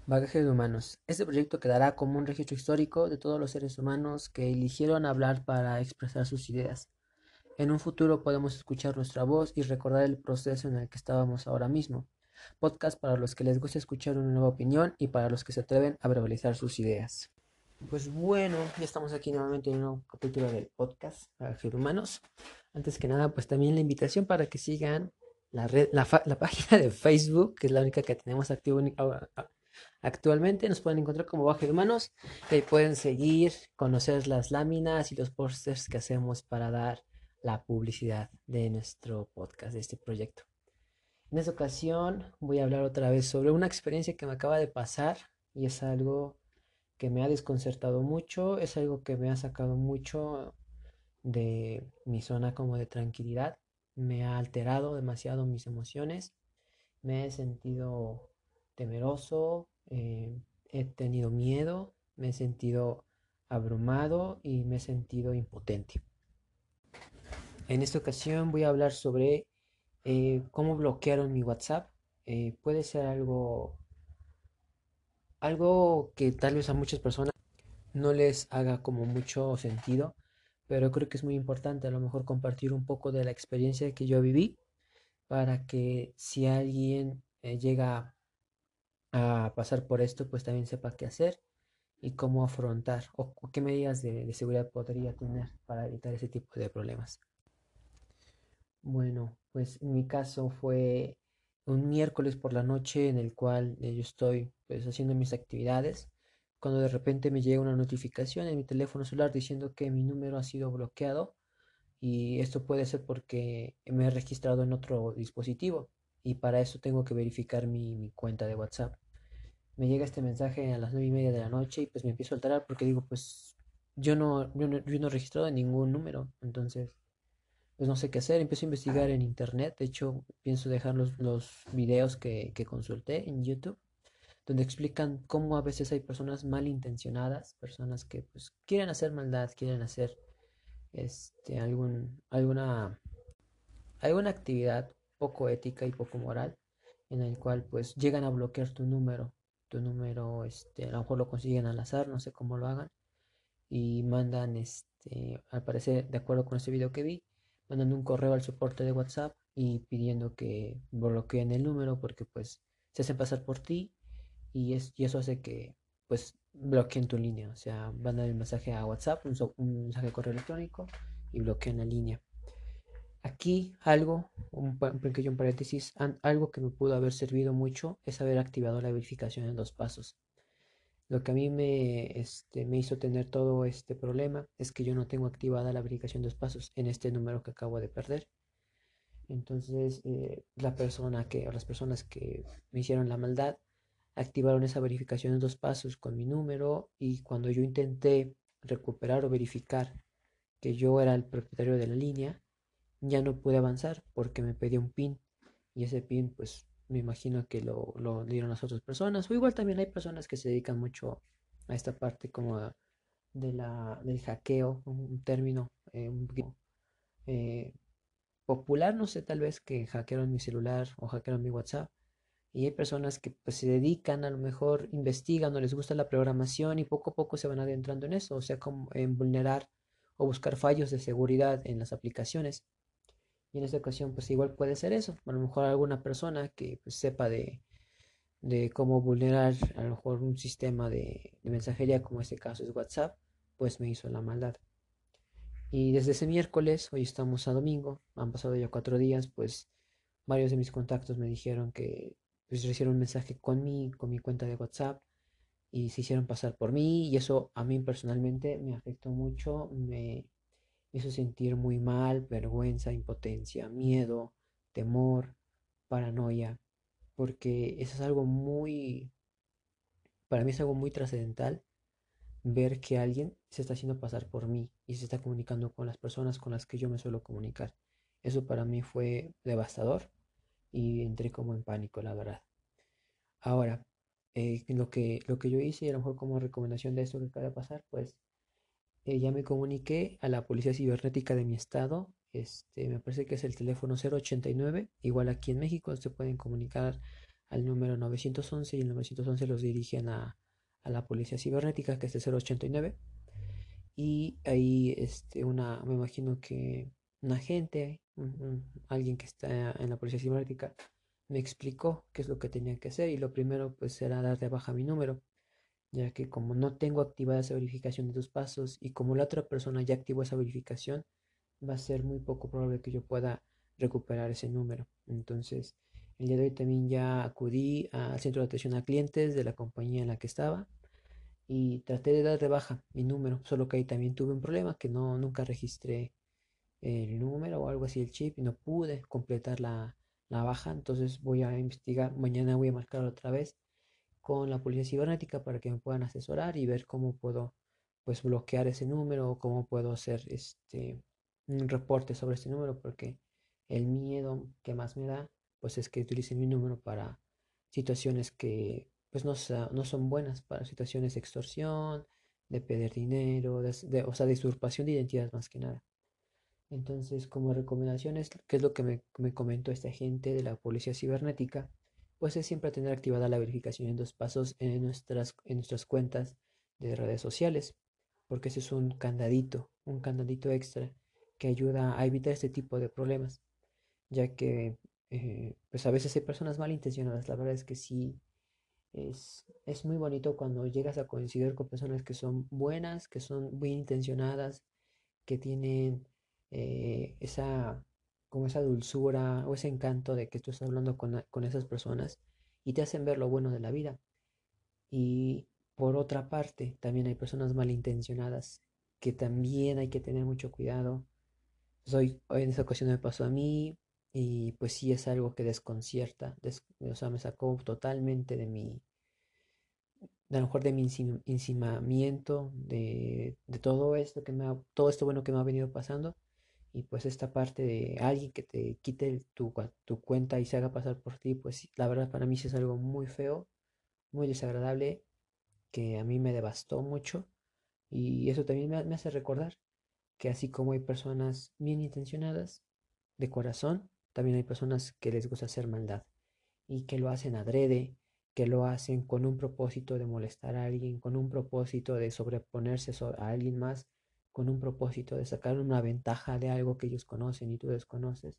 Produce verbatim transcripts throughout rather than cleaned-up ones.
Bagaje de humanos. Este proyecto quedará como un registro histórico de todos los seres humanos que eligieron hablar para expresar sus ideas. En un futuro podemos escuchar nuestra voz y recordar el proceso en el que estábamos ahora mismo. Podcast para los que les gusta escuchar una nueva opinión y para los que se atreven a verbalizar sus ideas. Pues bueno, ya estamos aquí nuevamente en un nuevo capítulo del podcast Bagaje de Humanos. Antes que nada, pues también la invitación para que sigan la red, la, fa- la página de Facebook, que es la única que tenemos activo actualmente. Nos pueden encontrar como Baje de Humanos. Y ahí pueden seguir, conocer las láminas y los pósters que hacemos para dar la publicidad de nuestro podcast, de este proyecto. En esta ocasión voy a hablar otra vez sobre una experiencia que me acaba de pasar y es algo que me ha desconcertado mucho, es algo que me ha sacado mucho de mi zona como de tranquilidad, me ha alterado demasiado mis emociones, me he sentido temeroso, eh, he tenido miedo, me he sentido abrumado y me he sentido impotente. En esta ocasión voy a hablar sobre eh, cómo bloquearon mi WhatsApp. Eh, puede ser algo, algo que tal vez a muchas personas no les haga como mucho sentido, pero creo que es muy importante a lo mejor compartir un poco de la experiencia que yo viví para que si alguien eh, llega a pasar por esto, pues también sepa qué hacer y cómo afrontar o, o qué medidas de, de seguridad podría tener para evitar ese tipo de problemas. Bueno, pues en mi caso fue un miércoles por la noche en el cual eh, yo estoy pues haciendo mis actividades, cuando de repente me llega una notificación en mi teléfono celular diciendo que mi número ha sido bloqueado y esto puede ser porque me he registrado en otro dispositivo y para eso tengo que verificar mi, mi cuenta de WhatsApp. Me llega este mensaje a las nueve y media de la noche y pues me empiezo a alterar porque digo pues yo no, yo no, yo no he registrado ningún número, entonces pues no sé qué hacer, empiezo a investigar en internet, de hecho pienso dejar los, los videos que, que consulté en YouTube, donde explican cómo a veces hay personas malintencionadas, personas que pues quieren hacer maldad, quieren hacer este, algún, alguna, alguna actividad poco ética y poco moral, en el cual pues llegan a bloquear tu número, tu número, este, a lo mejor lo consiguen al azar, no sé cómo lo hagan, y mandan, este, al parecer, de acuerdo con este video que vi, mandan un correo al soporte de WhatsApp y pidiendo que bloqueen el número porque pues se hacen pasar por ti y, es, y eso hace que pues bloqueen tu línea, o sea, van a dar el mensaje a WhatsApp, un, so- un mensaje de correo electrónico y bloquean la línea. Aquí algo, un, pa- un pequeño paréntesis, an- algo que me pudo haber servido mucho es haber activado la verificación en dos pasos. Lo que a mí me, este, me hizo tener todo este problema es que yo no tengo activada la verificación de dos pasos en este número que acabo de perder. Entonces, eh, la persona que, o las personas que me hicieron la maldad activaron esa verificación en dos pasos con mi número y cuando yo intenté recuperar o verificar que yo era el propietario de la línea, ya no pude avanzar porque me pedía un PIN y ese PIN pues me imagino que lo, lo dieron las otras personas o igual también hay personas que se dedican mucho a esta parte como a- de la, del hackeo, un término eh, un poquito eh, popular, no sé, tal vez que hackearon mi celular o hackearon mi WhatsApp y hay personas que pues se dedican, a lo mejor investigan o les gusta la programación y poco a poco se van adentrando en eso, o sea, como en vulnerar o buscar fallos de seguridad en las aplicaciones. Y en esta ocasión, pues igual puede ser eso. A lo mejor alguna persona que pues, sepa de, de cómo vulnerar a lo mejor un sistema de, de mensajería, como este caso es WhatsApp, pues me hizo la maldad. Y desde ese miércoles, hoy estamos a domingo, han pasado ya cuatro días, pues varios de mis contactos me dijeron que pues recibieron un mensaje con mi, con mi cuenta de WhatsApp y se hicieron pasar por mí y eso a mí personalmente me afectó mucho, me hizo sentir muy mal, vergüenza, impotencia, miedo, temor, paranoia, porque eso es algo muy, para mí es algo muy trascendental ver que alguien se está haciendo pasar por mí y se está comunicando con las personas con las que yo me suelo comunicar. Eso para mí fue devastador y entré como en pánico, la verdad. Ahora, eh, lo que, lo que yo hice y a lo mejor como recomendación de esto que acaba de pasar, pues eh, ya me comuniqué a la Policía Cibernética de mi estado. Este, me parece que es el teléfono cero ochenta y nueve. Igual aquí en México se pueden comunicar al número novecientos once y el novecientos once los dirigen a, a la policía cibernética, que es el cero ochenta y nueve. Y ahí este, una, me imagino que un agente, un- un- alguien que está en la policía cibernética, me explicó qué es lo que tenía que hacer y lo primero pues era dar de baja mi número, ya que como no tengo activada esa verificación de dos pasos y como la otra persona ya activó esa verificación, va a ser muy poco probable que yo pueda recuperar ese número. Entonces, el día de hoy también ya acudí al centro de atención a clientes de la compañía en la que estaba y traté de dar de baja mi número, solo que ahí también tuve un problema que no nunca registré el número o algo así, el chip, y no pude completar la, la baja. Entonces voy a investigar, mañana voy a marcar otra vez con la policía cibernética para que me puedan asesorar y ver cómo puedo pues bloquear ese número o cómo puedo hacer este un reporte sobre este número, porque el miedo que más me da pues es que utilicen mi número para situaciones que pues no, sa- no son buenas, para situaciones de extorsión, de pedir dinero, de, de- o sea, de usurpación de identidad más que nada. Entonces, como recomendaciones, ¿qué es lo que me, me comentó este agente de la policía cibernética? Pues es siempre tener activada la verificación en dos pasos en nuestras, en nuestras cuentas de redes sociales, porque ese es un candadito, un candadito extra que ayuda a evitar este tipo de problemas, ya que eh, pues a veces hay personas malintencionadas. La verdad es que sí, es, es muy bonito cuando llegas a coincidir con personas que son buenas, que son bien intencionadas, que tienen eh, esa, como esa dulzura o ese encanto de que tú estás hablando con, con esas personas y te hacen ver lo bueno de la vida. Y por otra parte, también hay personas malintencionadas que también hay que tener mucho cuidado. Soy, en esa ocasión me pasó a mí y pues sí es algo que desconcierta, des- o sea, me sacó totalmente de mi, de a lo mejor de mi ensi- encimamiento, de, de todo esto que me ha, todo esto bueno que me ha venido pasando. Y pues esta parte de alguien que te quite el- tu, cua- tu cuenta y se haga pasar por ti, pues sí, la verdad para mí sí es algo muy feo, muy desagradable, que a mí me devastó mucho. Y eso también me, ha- me hace recordar que así como hay personas bien intencionadas, de corazón, también hay personas que les gusta hacer maldad y que lo hacen adrede, que lo hacen con un propósito de molestar a alguien, con un propósito de sobreponerse so- a alguien más, con un propósito de sacar una ventaja de algo que ellos conocen y tú desconoces.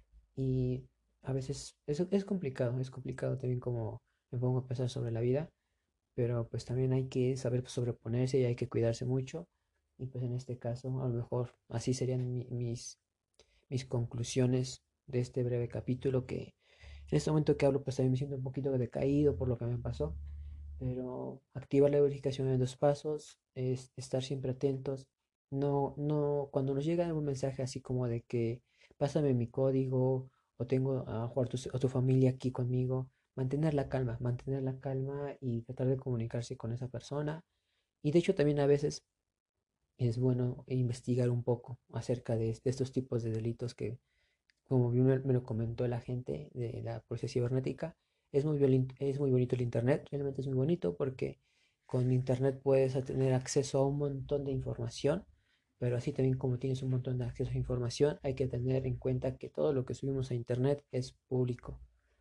Y a veces es, es complicado, es complicado también como me pongo a pensar sobre la vida, pero pues también hay que saber sobreponerse y hay que cuidarse mucho. Y pues en este caso, a lo mejor así serían mi- mis, mis conclusiones de este breve capítulo que en este momento que hablo, pues también me siento un poquito decaído por lo que me pasó, pero activar la verificación en dos pasos es estar siempre atentos. No, no, cuando nos llega algún mensaje así como de que pásame mi código o tengo a, jugar tu, a tu familia aquí conmigo, mantener la calma, mantener la calma y tratar de comunicarse con esa persona. Y de hecho también a veces es bueno investigar un poco acerca de, de estos tipos de delitos que como bien me me lo comentó la gente de la policía cibernética, es muy, violin- es muy bonito el Internet, realmente es muy bonito porque con Internet puedes a- tener acceso a un montón de información, pero así también como tienes un montón de acceso a información, hay que tener en cuenta que todo lo que subimos a Internet es público.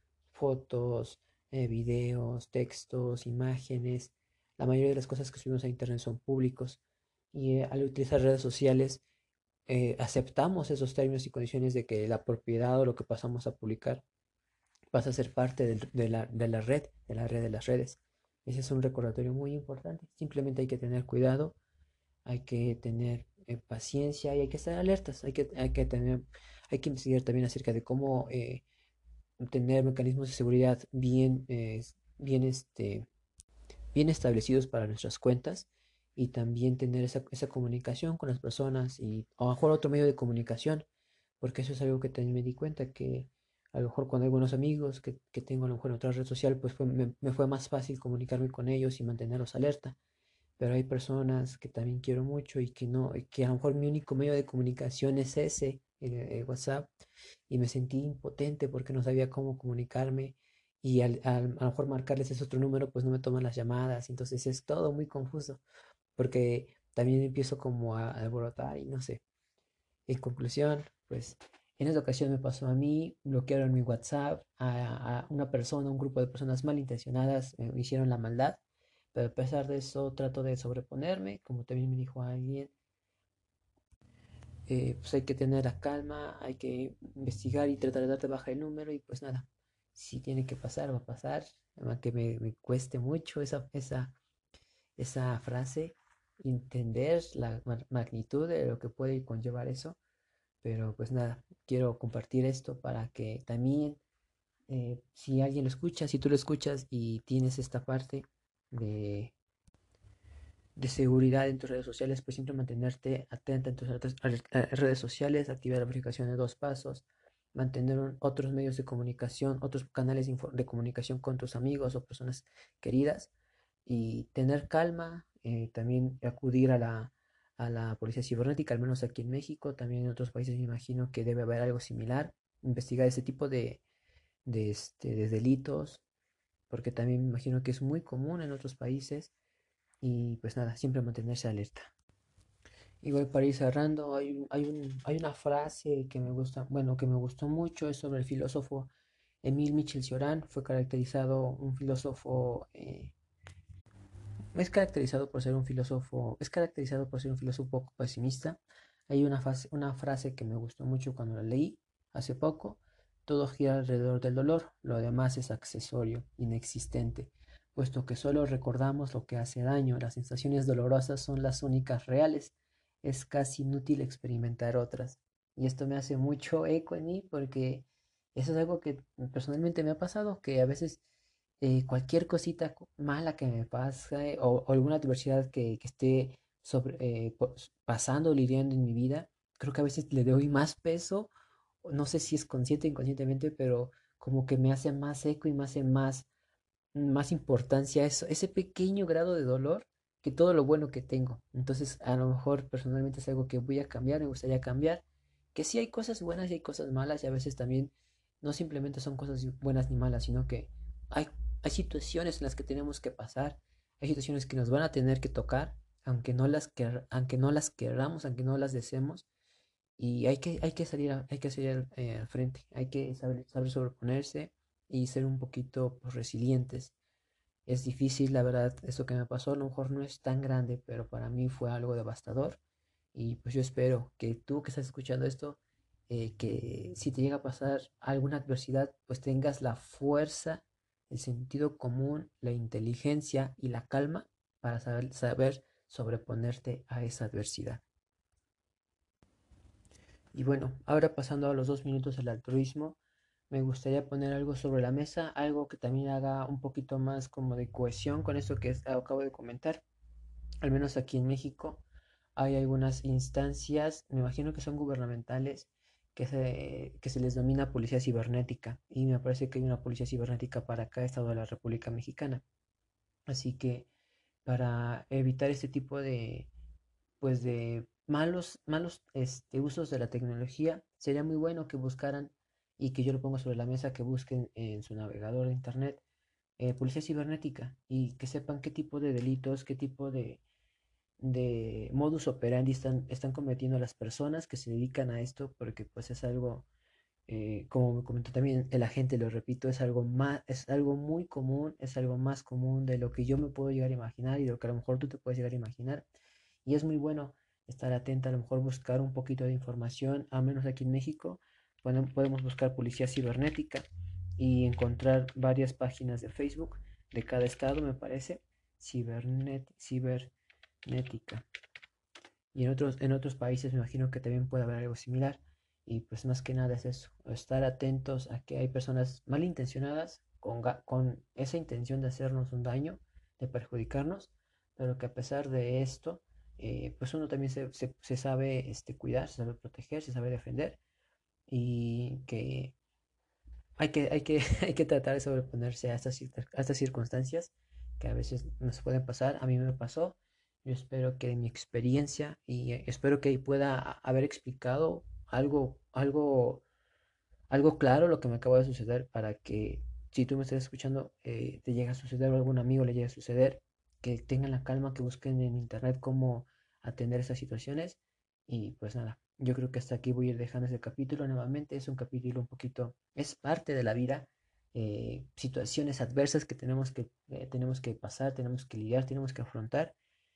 Fotos, eh, videos, textos, imágenes, la mayoría de las cosas que subimos a Internet son públicos. Y eh, al utilizar redes sociales, eh, aceptamos esos términos y condiciones de que la propiedad o lo que pasamos a publicar pasa a ser parte del- de, la, de la red, de la red de las redes. Ese es un recordatorio muy importante. Simplemente hay que tener cuidado, hay que tener eh, paciencia y hay que estar alertas. Hay que, hay que tener, hay que investigar también acerca de cómo eh, tener mecanismos de seguridad bien, eh, bien este, bien establecidos para nuestras cuentas y también tener esa, esa comunicación con las personas y a lo mejor otro medio de comunicación, porque eso es algo que también me di cuenta que a lo mejor con algunos amigos que, que tengo a lo mejor en otra red social, pues fue- me, me fue más fácil comunicarme con ellos y mantenerlos alerta. Pero hay personas que también quiero mucho y que no, y que a lo mejor mi único medio de comunicación es ese, el, el WhatsApp, y me sentí impotente porque no sabía cómo comunicarme y al, al- a lo mejor marcarles ese otro número pues no me toman las llamadas, entonces es todo muy confuso porque también empiezo como a alborotar y no sé. En conclusión, pues En esta ocasión me pasó a mí, bloquearon mi WhatsApp, a, a una persona, un grupo de personas malintencionadas eh, me hicieron la maldad, pero a pesar de eso trato de sobreponerme, como también me dijo alguien, eh, pues hay que tener la calma, hay que investigar y tratar de darte baja el número y pues nada, si tiene que pasar, va a pasar, aunque me, me cueste mucho esa, esa, esa frase, entender la ma- magnitud de lo que puede conllevar eso, pero pues nada, quiero compartir esto para que también, eh, si alguien lo escucha, si tú lo escuchas y tienes esta parte de de seguridad en tus redes sociales, pues siempre mantenerte atenta en tus redes redes sociales, activar la verificación de dos pasos, mantener un- otros medios de comunicación, otros canales de, de comunicación con tus amigos o personas queridas y tener calma, eh, también acudir a la, a la policía cibernética, al menos aquí en México, también en otros países me imagino que debe haber algo similar, investigar ese tipo de, de, este, de delitos, porque también me imagino que es muy común en otros países y pues nada, siempre mantenerse alerta. Igual para ir cerrando, hay, un- hay, un- hay una frase que me gusta, bueno, que me gustó mucho, es sobre el filósofo Emile Michel Cioran. Fue caracterizado un filósofo, eh, es caracterizado por ser un filósofo, es caracterizado por ser un filósofo poco pesimista. Hay una frase, una frase que me gustó mucho cuando la leí hace poco. Todo gira alrededor del dolor, lo demás es accesorio, inexistente, puesto que solo recordamos lo que hace daño. Las sensaciones dolorosas son las únicas reales. Es casi inútil experimentar otras. Y esto me hace mucho eco en mí porque eso es algo que personalmente me ha pasado, que a veces eh, cualquier cosita cu- mala que me pase o, o alguna adversidad que, que esté sobre, eh, po- pasando o lidiando en mi vida, creo que a veces le doy más peso, o no sé si es consciente o inconscientemente, pero como que me hace más eco y me hace más, más importancia eso, ese pequeño grado de dolor que todo lo bueno que tengo. Entonces, a lo mejor personalmente es algo que voy a cambiar, me gustaría cambiar, que sí hay cosas buenas y hay cosas malas y a veces también no simplemente son cosas buenas ni malas, sino que hay, hay situaciones en las que tenemos que pasar, hay situaciones que nos van a tener que tocar, aunque no las, quer- aunque no las querramos, aunque no las deseemos, y hay que, hay que salir, a- hay que salir eh, al frente, hay que saber, saber sobreponerse y ser un poquito pues, resilientes. Es difícil, la verdad, eso que me pasó, a lo mejor no es tan grande, pero para mí fue algo devastador. Y pues yo espero que tú que estás escuchando esto, eh, que si te llega a pasar alguna adversidad, pues tengas la fuerza, el sentido común, la inteligencia y la calma para saber, saber sobreponerte a esa adversidad. Y bueno, ahora pasando a los dos minutos del altruismo, me gustaría poner algo sobre la mesa, algo que también haga un poquito más como de cohesión con esto que es- acabo de comentar. Al menos aquí en México hay algunas instancias, me imagino que son gubernamentales, que se, que se les denomina policía cibernética. Y me parece que hay una policía cibernética para cada estado de la República Mexicana. Así que para evitar este tipo de, pues de malos, malos este, usos de la tecnología, sería muy bueno que buscaran y que yo lo pongo sobre la mesa, que busquen en su navegador de internet eh, policía cibernética y que sepan qué tipo de delitos, qué tipo de, de modus operandi están, están cometiendo las personas que se dedican a esto, porque pues es algo, eh, como me comentó también el agente, lo repito, es algo más, es algo muy común, es algo más común de lo que yo me puedo llegar a imaginar y de lo que a lo mejor tú te puedes llegar a imaginar. Y es muy bueno estar atenta, a lo mejor buscar un poquito de información, al menos aquí en México, bueno, podemos buscar policía cibernética y encontrar varias páginas de Facebook de cada estado, me parece, cibernet, cibernética. Y en otros, en otros países me imagino que también puede haber algo similar. Y pues más que nada es eso, estar atentos a que hay personas malintencionadas con, con esa intención de hacernos un daño, de perjudicarnos, pero que a pesar de esto, eh, pues uno también se, se, se sabe este, cuidar, se sabe proteger, se sabe defender y que hay que, hay que, hay que tratar de sobreponerse a estas, a estas circunstancias que a veces nos pueden pasar. A mí me pasó. Yo espero que mi experiencia y eh, espero que pueda haber explicado algo, algo, algo claro lo que me acaba de suceder para que si tú me estás escuchando, eh, te llega a suceder o a algún amigo le llegue a suceder, que tengan la calma, que busquen en internet cómo atender esas situaciones. Y pues nada, yo creo que hasta aquí voy a ir dejando ese capítulo nuevamente. Es un capítulo un poquito, es parte de la vida, eh, situaciones adversas que tenemos que, eh, tenemos que pasar, tenemos que lidiar, tenemos que afrontar.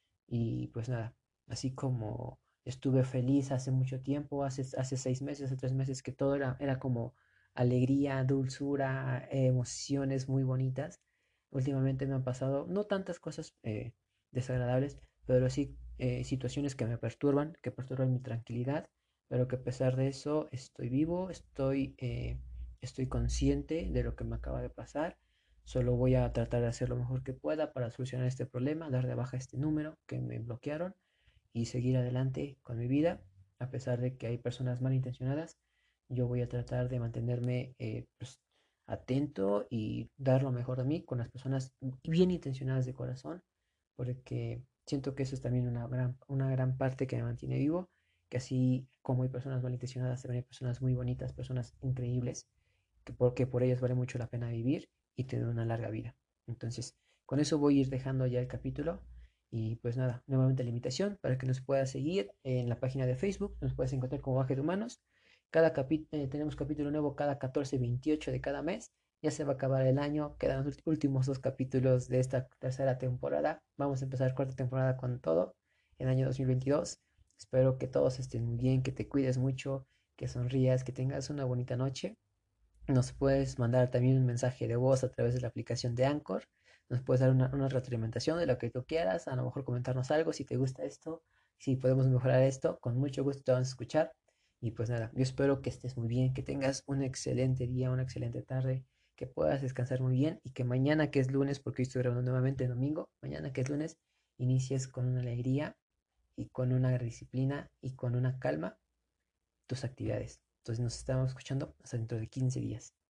Y pues nada, así como estuve feliz hace mucho tiempo, hace, hace seis meses, hace tres meses, que todo era, era como alegría, dulzura, eh, emociones muy bonitas. Últimamente me han pasado no tantas cosas eh, desagradables, pero sí eh, situaciones que me perturban, que perturban mi tranquilidad, pero que a pesar de eso estoy vivo, estoy, eh, estoy consciente de lo que me acaba de pasar. Solo voy a tratar de hacer lo mejor que pueda para solucionar este problema, dar de baja este número que me bloquearon y seguir adelante con mi vida, a pesar de que hay personas malintencionadas. Yo voy a tratar de mantenerme eh, pues, atento y dar lo mejor de mí con las personas bien intencionadas de corazón, porque siento que eso es también una gran, una gran parte que me mantiene vivo, que así como hay personas malintencionadas, también hay personas muy bonitas, personas increíbles, que porque por ellas vale mucho la pena vivir y tener una larga vida. Entonces, con eso voy a ir dejando ya el capítulo. Y pues nada, nuevamente la invitación para que nos puedas seguir en la página de Facebook, nos puedes encontrar como Baje de Humanos. Cada capi eh, tenemos capítulo nuevo cada catorce y veintiocho de cada mes. Ya se va a acabar el año, quedan los últimos dos capítulos de esta tercera temporada. Vamos a empezar cuarta temporada con todo en el año dos mil veintidós. Espero que todos estén muy bien, que te cuides mucho, que sonrías, que tengas una bonita noche. Nos puedes mandar también un mensaje de voz a través de la aplicación de Anchor. Nos puedes dar una, una retroalimentación de lo que tú quieras, a lo mejor comentarnos algo, si te gusta esto, si podemos mejorar esto, con mucho gusto te vamos a escuchar. Y pues nada, yo espero que estés muy bien, que tengas un excelente día, una excelente tarde, que puedas descansar muy bien y que mañana que es lunes, porque hoy estoy grabando nuevamente domingo, mañana que es lunes, inicies con una alegría y con una disciplina y con una calma tus actividades. Entonces nos estamos escuchando hasta dentro de quince días.